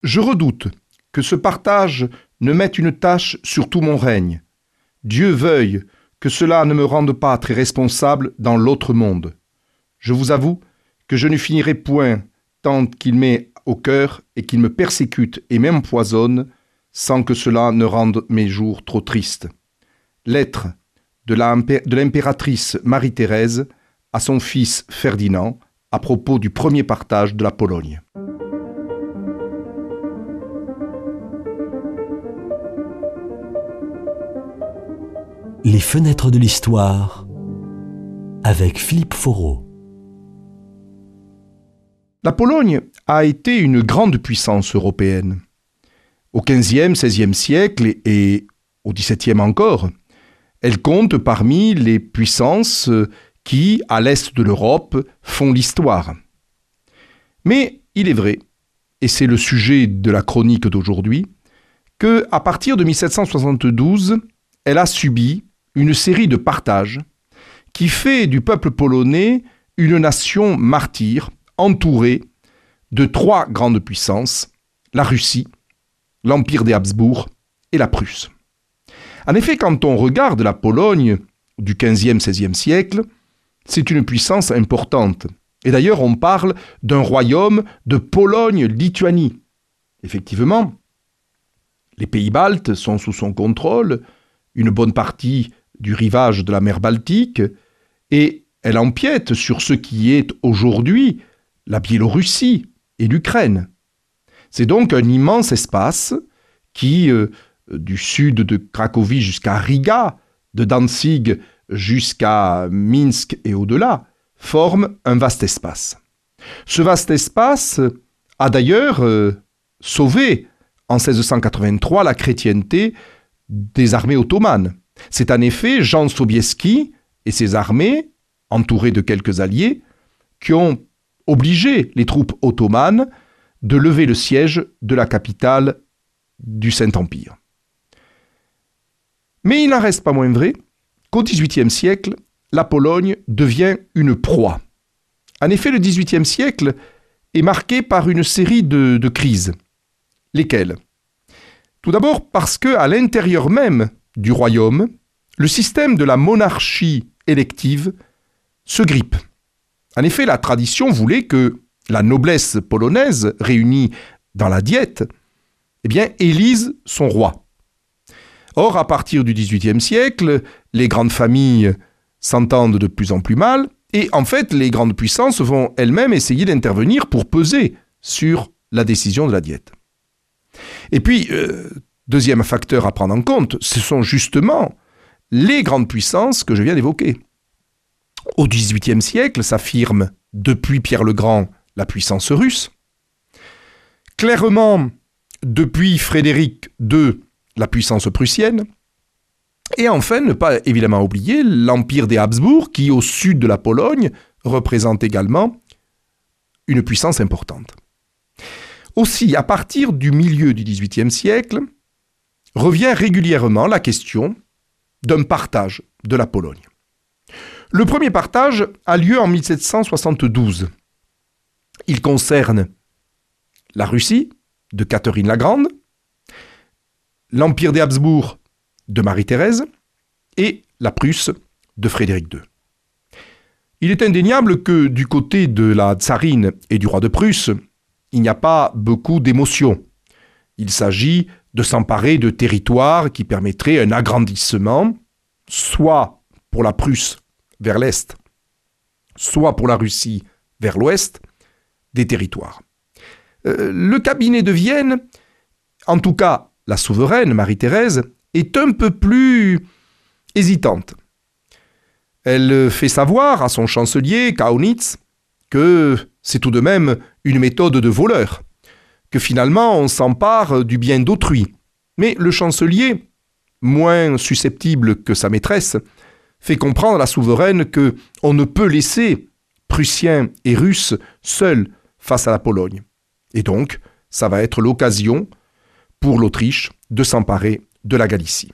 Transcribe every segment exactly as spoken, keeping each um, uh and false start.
Je redoute que ce partage ne mette une tache sur tout mon règne. Dieu veuille que cela ne me rende pas très responsable dans l'autre monde. Je vous avoue que je ne finirai point tant qu'il m'est au cœur et qu'il me persécute et m'empoisonne, sans que cela ne rende mes jours trop tristes. Lettre de, la, de l'impératrice Marie-Thérèse à son fils Ferdinand à propos du premier partage de la Pologne. Les fenêtres de l'histoire avec Philippe Foreau. La Pologne a été une grande puissance européenne. Au quinzième, seizième siècle et au dix-septième encore, elle compte parmi les puissances qui, à l'est de l'Europe, font l'histoire. Mais il est vrai, et c'est le sujet de la chronique d'aujourd'hui, qu'à partir de mille sept cent soixante-douze, elle a subi une série de partages qui fait du peuple polonais une nation martyre entourée de trois grandes puissances, la Russie, l'Empire des Habsbourg et la Prusse. En effet, quand on regarde la Pologne du quinzième seizième siècle, c'est une puissance importante. Et d'ailleurs, on parle d'un royaume de Pologne-Lituanie. Effectivement, les pays baltes sont sous son contrôle, une bonne partie du rivage de la mer Baltique, et elle empiète sur ce qui est aujourd'hui la Biélorussie et l'Ukraine. C'est donc un immense espace qui, euh, du sud de Cracovie jusqu'à Riga, de Danzig jusqu'à Minsk et au-delà, forme un vaste espace. Ce vaste espace a d'ailleurs euh, sauvé en seize cent quatre-vingt-trois la chrétienté des armées ottomanes. C'est en effet Jean Sobieski et ses armées, entourées de quelques alliés, qui ont obligé les troupes ottomanes de lever le siège de la capitale du Saint-Empire. Mais il n'en reste pas moins vrai qu'au dix-huitième siècle, la Pologne devient une proie. En effet, le dix-huitième siècle est marqué par une série de, de crises. Lesquelles ? Tout d'abord parce qu'à l'intérieur même du royaume, le système de la monarchie élective se grippe. En effet, la tradition voulait que la noblesse polonaise, réunie dans la Diète, eh bien, élise son roi. Or, à partir du dix-huitième siècle, les grandes familles s'entendent de plus en plus mal, et en fait, les grandes puissances vont elles-mêmes essayer d'intervenir pour peser sur la décision de la Diète. Et puis, euh, deuxième facteur à prendre en compte, ce sont justement les grandes puissances que je viens d'évoquer. Au dix-huitième siècle s'affirme, depuis Pierre le Grand, la puissance russe. Clairement, depuis Frédéric deux, la puissance prussienne. Et enfin, ne pas évidemment oublier l'Empire des Habsbourg, qui, au sud de la Pologne, représente également une puissance importante. Aussi, à partir du milieu du dix-huitième siècle, revient régulièrement la question d'un partage de la Pologne. Le premier partage a lieu en mille sept cent soixante-douze. Il concerne la Russie de Catherine la Grande, l'Empire des Habsbourg de Marie-Thérèse et la Prusse de Frédéric deux. Il est indéniable que du côté de la tsarine et du roi de Prusse, il n'y a pas beaucoup d'émotions. Il s'agit de s'emparer de territoires qui permettraient un agrandissement, soit pour la Prusse vers l'est, soit pour la Russie vers l'ouest, des territoires. Euh, le cabinet de Vienne, en tout cas la souveraine Marie-Thérèse, est un peu plus hésitante. Elle fait savoir à son chancelier, Kaunitz, que c'est tout de même une méthode de voleur, que finalement on s'empare du bien d'autrui. Mais le chancelier, moins susceptible que sa maîtresse, fait comprendre à la souveraine que on ne peut laisser Prussiens et Russes seuls face à la Pologne. Et donc, ça va être l'occasion pour l'Autriche de s'emparer de la Galicie.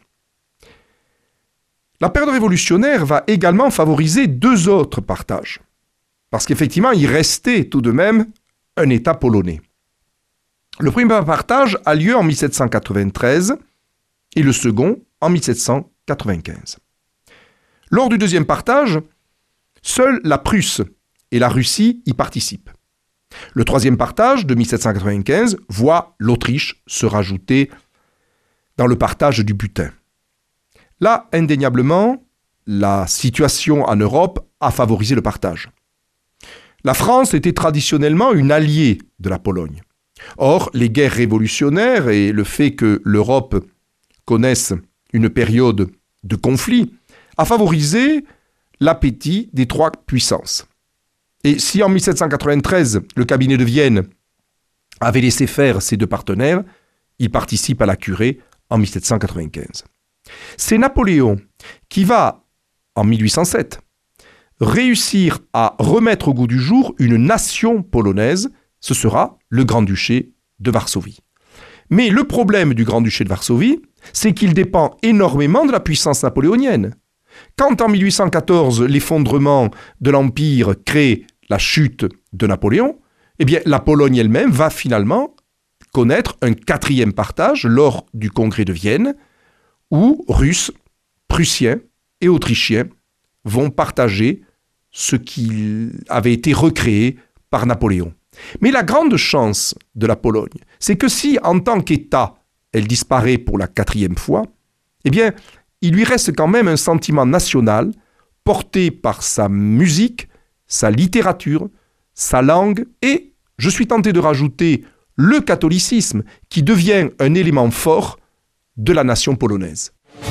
La période révolutionnaire va également favoriser deux autres partages, parce qu'effectivement, il restait tout de même un État polonais. Le premier partage a lieu en mille sept cent quatre-vingt-treize et le second en mille sept cent quatre-vingt-quinze. Lors du deuxième partage, seule la Prusse et la Russie y participent. Le troisième partage de mille sept cent quatre-vingt-quinze voit l'Autriche se rajouter dans le partage du butin. Là, indéniablement, la situation en Europe a favorisé le partage. La France était traditionnellement une alliée de la Pologne. Or, les guerres révolutionnaires et le fait que l'Europe connaisse une période de conflit a favorisé l'appétit des trois puissances. Et si en mille sept cent quatre-vingt-treize, le cabinet de Vienne avait laissé faire ses deux partenaires, il participe à la curée en mille sept cent quatre-vingt-quinze. C'est Napoléon qui va, en mille huit cent sept, réussir à remettre au goût du jour une nation polonaise, ce sera le Grand-Duché de Varsovie. Mais le problème du Grand-Duché de Varsovie, c'est qu'il dépend énormément de la puissance napoléonienne. Quand en mille huit cent quatorze, l'effondrement de l'Empire crée la chute de Napoléon, eh bien, la Pologne elle-même va finalement connaître un quatrième partage lors du congrès de Vienne, où Russes, Prussiens et Autrichiens vont partager ce qui avait été recréé par Napoléon. Mais la grande chance de la Pologne, c'est que si, en tant qu'État, elle disparaît pour la quatrième fois, eh bien, il lui reste quand même un sentiment national porté par sa musique, sa littérature, sa langue et, je suis tenté de rajouter, le catholicisme qui devient un élément fort de la nation polonaise.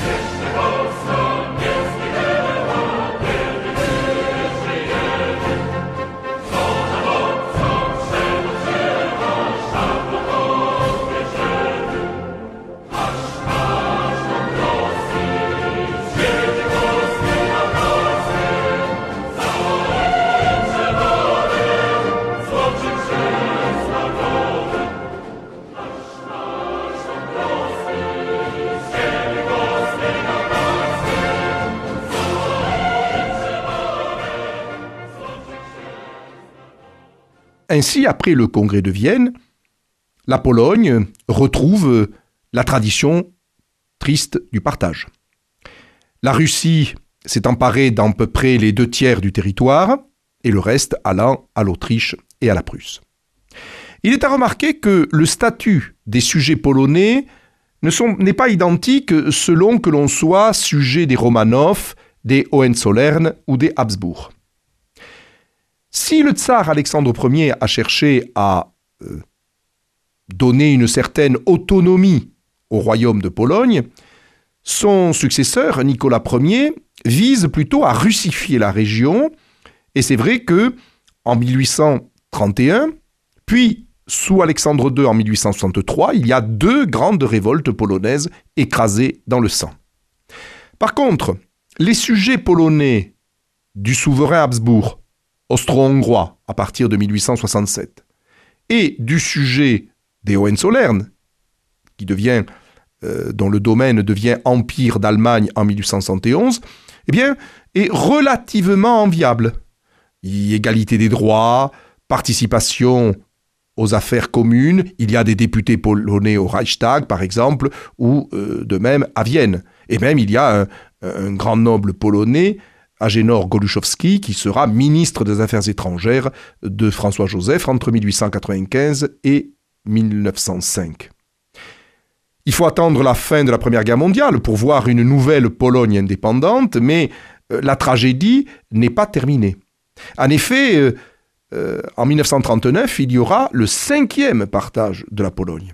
Ainsi, après le congrès de Vienne, la Pologne retrouve la tradition triste du partage. La Russie s'est emparée d'à peu près les deux tiers du territoire, et le reste allant à l'Autriche et à la Prusse. Il est à remarquer que le statut des sujets polonais ne sont, n'est pas identique selon que l'on soit sujet des Romanov, des Hohenzollern ou des Habsbourg. Si le tsar Alexandre Ier a cherché à euh, donner une certaine autonomie au royaume de Pologne, son successeur, Nicolas Ier, vise plutôt à russifier la région, et c'est vrai que en mille huit cent trente et un, puis sous Alexandre deux en mille huit cent soixante-trois, il y a deux grandes révoltes polonaises écrasées dans le sang. Par contre, les sujets polonais du souverain Habsbourg, austro-hongrois à partir de mille huit cent soixante-sept, et du sujet des Hohenzollern, qui devient, euh, dont le domaine devient Empire d'Allemagne en mille huit cent soixante et onze, eh bien, est relativement enviable. Égalité des droits, participation aux affaires communes, il y a des députés polonais au Reichstag, par exemple, ou euh, de même à Vienne. Et même, il y a un, un grand noble polonais, Agénor Goluszowski, qui sera ministre des Affaires étrangères de François-Joseph entre mille huit cent quatre-vingt-quinze et mille neuf cent cinq. Il faut attendre la fin de la Première Guerre mondiale pour voir une nouvelle Pologne indépendante, mais euh, la tragédie n'est pas terminée. En effet, euh, euh, en mille neuf cent trente-neuf, il y aura le cinquième partage de la Pologne.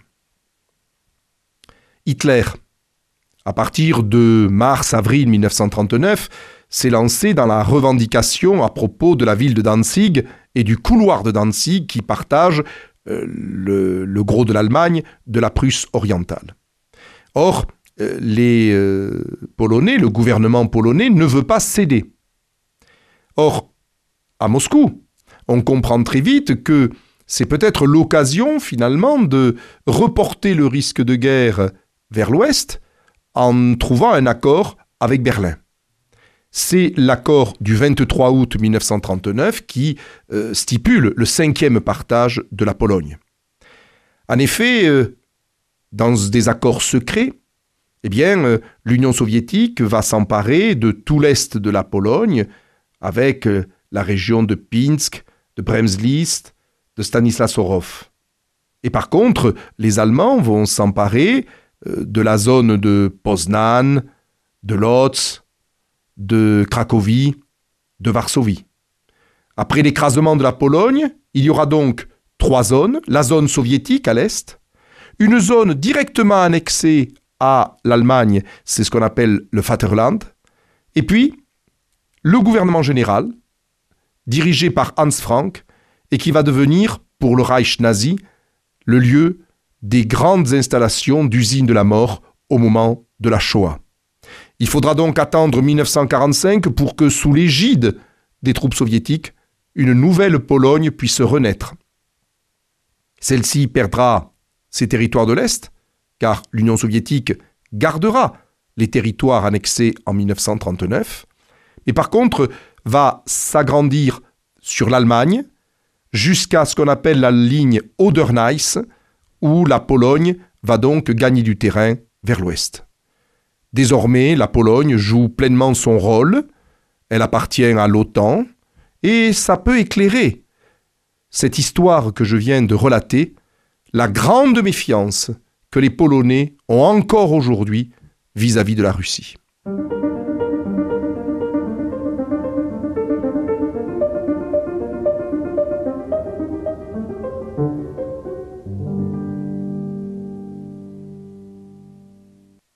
Hitler, à partir de mars-avril mille neuf cent trente-neuf, s'est lancé dans la revendication à propos de la ville de Danzig et du couloir de Danzig qui partage euh, le, le gros de l'Allemagne de la Prusse orientale. Or, euh, les euh, Polonais, le gouvernement polonais ne veut pas céder. Or, à Moscou, on comprend très vite que c'est peut-être l'occasion finalement de reporter le risque de guerre vers l'ouest en trouvant un accord avec Berlin. C'est l'accord du vingt-trois août mille neuf cent trente-neuf qui euh, stipule le cinquième partage de la Pologne. En effet, euh, dans des accords secrets, eh bien, euh, l'Union soviétique va s'emparer de tout l'est de la Pologne, avec euh, la région de Pinsk, de Przemyśl, de Stanisław. Et par contre, les Allemands vont s'emparer euh, de la zone de Poznań, de Łódź, de Cracovie, de Varsovie. Après l'écrasement de la Pologne, il y aura donc trois zones. La zone soviétique à l'est, une zone directement annexée à l'Allemagne, c'est ce qu'on appelle le Vaterland, et puis le gouvernement général, dirigé par Hans Frank, et qui va devenir, pour le Reich nazi, le lieu des grandes installations d'usines de la mort au moment de la Shoah. Il faudra donc attendre mille neuf cent quarante-cinq pour que, sous l'égide des troupes soviétiques, une nouvelle Pologne puisse renaître. Celle-ci perdra ses territoires de l'Est, car l'Union soviétique gardera les territoires annexés en mille neuf cent trente-neuf, mais par contre va s'agrandir sur l'Allemagne jusqu'à ce qu'on appelle la ligne Oder-Neisse, où la Pologne va donc gagner du terrain vers l'ouest. Désormais, la Pologne joue pleinement son rôle, elle appartient à l'OTAN, et ça peut éclairer cette histoire que je viens de relater, la grande méfiance que les Polonais ont encore aujourd'hui vis-à-vis de la Russie.